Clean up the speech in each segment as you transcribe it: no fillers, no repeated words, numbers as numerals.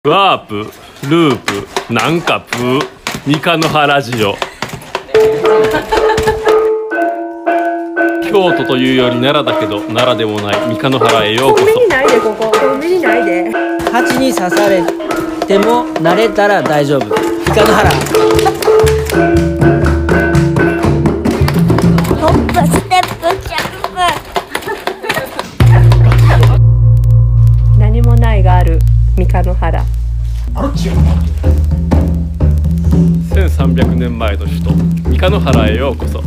ワープ、ループ、なんかプー、三日の原ラジオ。京都というより奈良だけど奈良でもない三日の原へようこそ。 海にないで、ここ海にないで。 蜂に刺されても慣れたら大丈夫。三日の原。 ホップステップジャン何もないがある三日の原。 1300年前の首都三日の原へようこそ。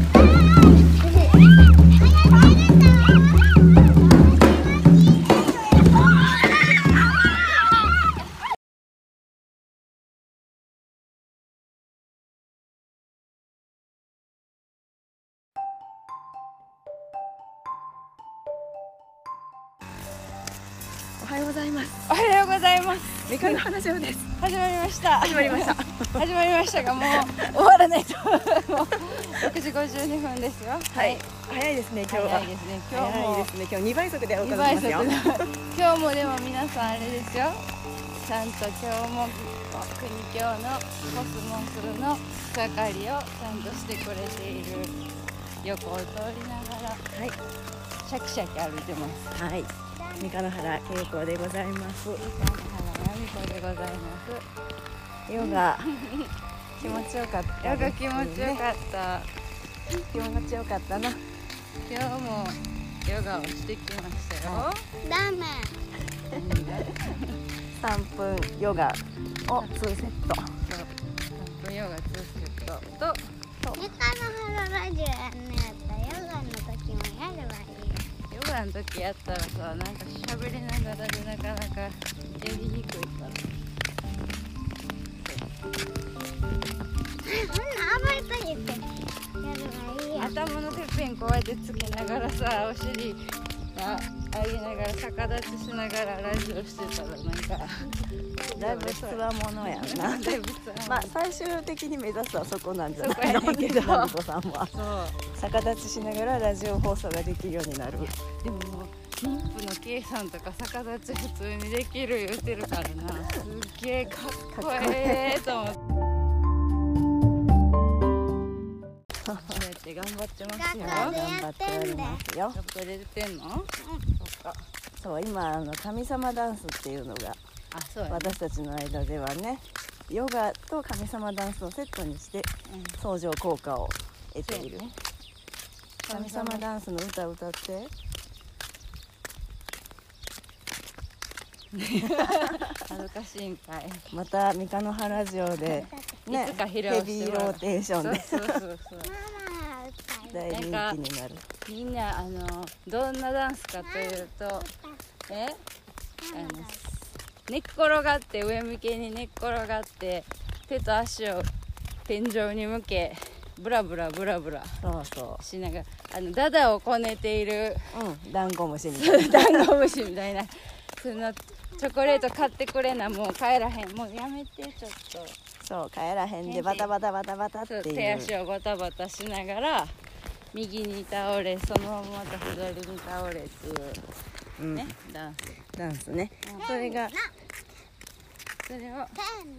おはようございます。 おはようございます。 三日の原ラジオです。 始まりました。 始まりました。 始まりましたが、もう終わらないと。もう6時52分ですよ。 はい。早いですね、今日は。 早いですね。今日も早いですね。今日2倍速でお 2 届け倍速しますよ。 今日もでも皆さんあれですよ。ちゃんと今日も国境のコスモスの係をちゃんとしてくれている横を通りながら、 はい。 シャキシャキ歩いてます。 はい。三日の原恵子でございます。 三日の原由美子でございます。 ヨガ気持ちよかった。 ヨガ気持ちよかった。 気持ちよかったな。 今日もヨガをしてきましたよ。 ダメ。 3分ヨガを2セット。 そう、3分ヨガ2セットと三日の原ラジオやんねやったらヨガの時もやればいいよ。 ヨガの時やったらさ、なんか喋りながらでなかなかやりにくいから。 そんな暴れたりってやればいいや。 頭のてっぺんこうやってつけながらさ、お尻上げながら逆立ちしながらラジオしてたらなんかだいぶつわものやんな。 だいぶつわもの。 まあ最終的に目指すはそこなんじゃそこないの。 やねんけどマリコさんはそう逆立ちしながらラジオ放送ができるようになる。 でももう妊婦の計算とか逆立ち普通にできる言ってるからな、すっげえかっこええと思って。こうやって頑張ってますよ。 学校で頑張っておりますよ。 学校で出てんの？そっか。 そう今神様ダンスっていうのがあ、そうやね。 私たちの間ではね、ヨガと神様ダンスをセットにして相乗効果を得ている。神様ダンスの歌を歌って。 恥ずかしいんかい。 また三日の原ラジオでねいつか披露ヘしてもらうビーローテーションでそうママは歌大人気になる。 みんなどんなダンスかというと、寝っ転がって上向きに寝っ転がって手と足を天井に向けブラブラブラブラそうそしながらダダをこねているう。ダンゴムシみたいな。 ダンゴムシみたいな。そのチョコレート買ってくれな、もう帰らへん、もうやめてちょっと。 そう帰らへんでバタバタバタバタっていう。 手足をバタバタしながら右に倒れ、そのまままた左に倒れっていうね、ダンス。 ダンスね。それがそれをペンナ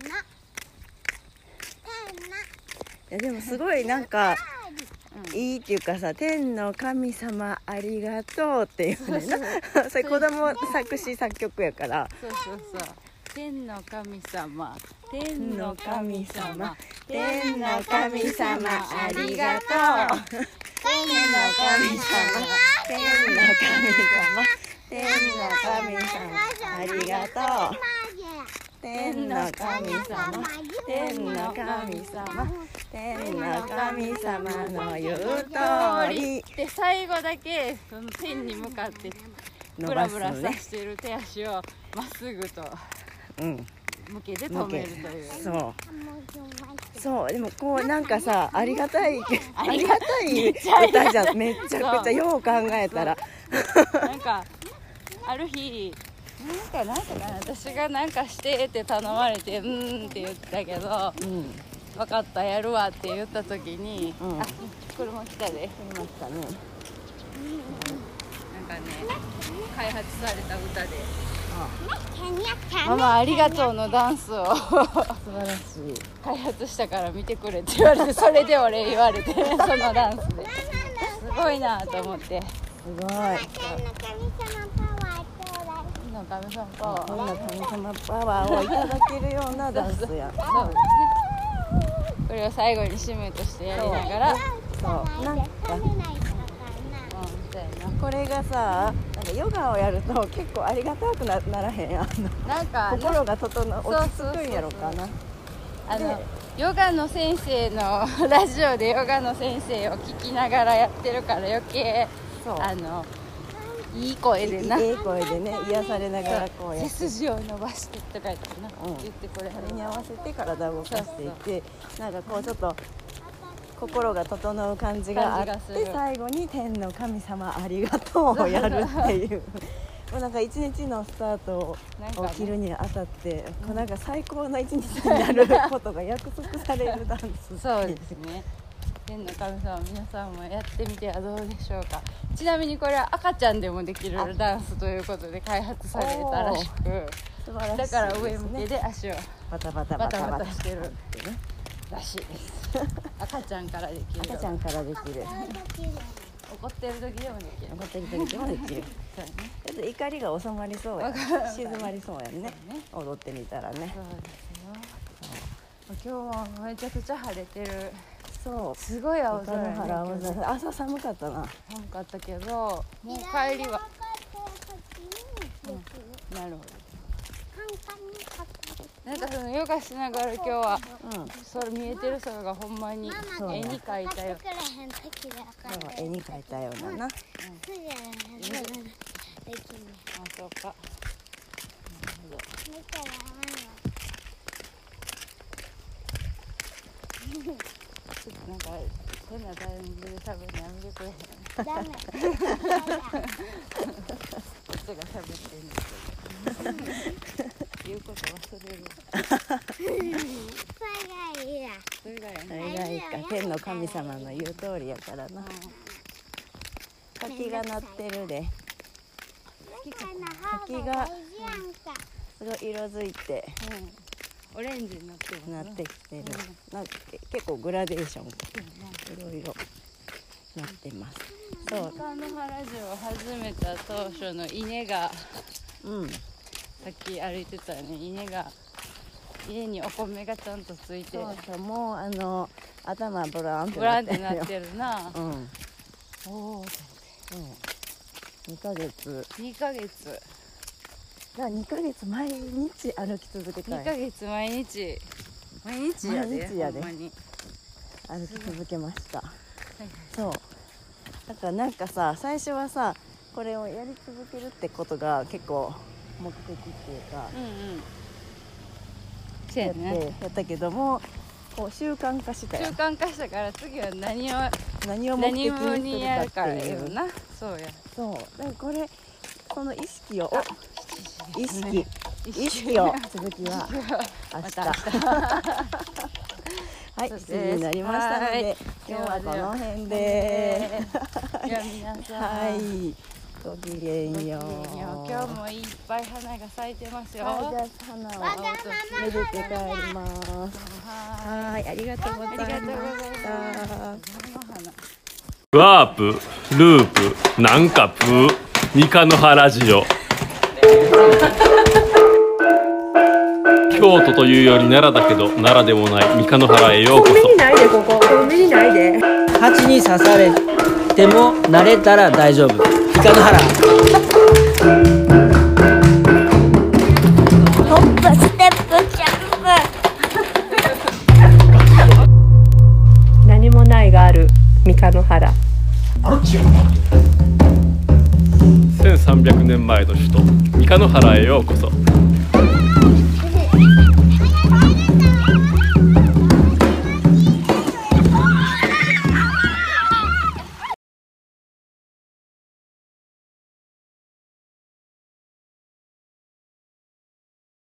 いやでもすごいなんかいいっていうかさ、天の神様ありがとうっていうねな。それ子供作詞作曲やから。 そうそうそう。天の神様、天の神様、 天の神様ありがとう。天の神様天の神様天の神様ありがとう。天の神様天の神様天の神様の言う通りで最後だけその天に向かってブラブラさしてる手足をまっすぐと向けて止めるという。 そうでもこうなんかさ、ありがたいありがたい歌じゃん。めちゃくちゃよう考えたらなんかある日なんかな、私がなんかしてって頼まれてって言ったけど、分かったやるわって言った時に、あ、車来たで。 来ましたね。 なんかね、開発された歌で、 ママありがとうのダンスを素晴らしい。 開発したから見てくれって言われて、それで俺言われて、そのダンスですごいなと思って。 すごい。 の神様パワー、 こんな神様パワーをいただけるようなダンスや。 そうですね。これを最後に締めとしてやりながら、 そうなんかこれがさ、なんかヨガをやると結構ありがたくならへん。 なんか心が落ち着くんやろかな。 ヨガの先生のラジオでヨガの先生を聞きながらやってるから余計いい声でな、 いい声でね、癒されながらこうやって背筋を伸ばしてとか言ってな、言ってくれはる。 それに合わせて体を動かしていってなんかこうちょっと心が整う感じがあって最後に天の神様ありがとうをやるっていうもうなんか一日のスタートを切るにあたって、こうなんか最高の一日になることが約束されるダンス。 そうですね。天の神様、皆さんもやってみてはどうでしょうか。ちなみにこれは赤ちゃんでもできるダンスということで開発されたらしく、 素晴らしいだから上向けで足をバタバタババタバタタバタしてるらしいです。赤ちゃんからできる。 赤ちゃんからできる。 怒ってる時でもできる。 怒ってる時でもできる。 そうね。 ちょっと怒りが収まりそうや。静まりそうやね。踊ってみたらね。 そうですよ。今日はめちゃくちゃ晴れてる。 そう。 すごい青空やね。 朝寒かったな。 寒かったけど、もう帰りは。なるほど。なんかそのヨガしながら今日は、それ見えてる空がほんまに絵に描いたよ。 絵に描いたようなな。 あ、そうか。ちょっとなんか変なタイミングで喋るのやめてくれへん。 ダメ。 こっちが喋ってるんですけど。言うこと忘れる。それがいいな。 天の神様の言う通りやからな。滝が鳴ってるで。滝がすごい色づいて、 オレンジになってなってきてる。なんか結構グラデーションいろいろなってます。そう。 三ノ原城を始めた当初の稲が、さっき歩いてたよね。稲にお米がちゃんとついて。 そうそう、もう頭ブランってなってるな。おお。 2ヶ月。 2ヶ月。 2ヶ月毎日歩き続けたい。 2ヶ月毎日やで。ほんまに歩き続けました。そう。だからなんかさ、最初はさ、これをやり続けるってことが結構目的っていうか、やったけども、こう習慣化したよ。 習慣化したから次は何を目的ににやるかするかっていう。 な。そうや。 そう。だからこれこの意識を意識を続きは明日。はい、7時になりましたので、今日はこの辺で。 じゃあ皆さん。 はい。ごきげんよう。 今日もいっぱい花が咲いてますよ。 はい、じゃあ花をめでて帰ります。はい、ありがとうございました。 ワープ、ループ、なんかプー、三日の原ジオ。京都というより奈良だけど奈良でもない三日の原へようこそ。 コンビニないで、ここコンビニないで。 蜂に刺されても慣れたら大丈夫。三日の原。 ホップステップジャンプ。 何もないがある三日の原。 1300年前の首都三日の原へようこそ。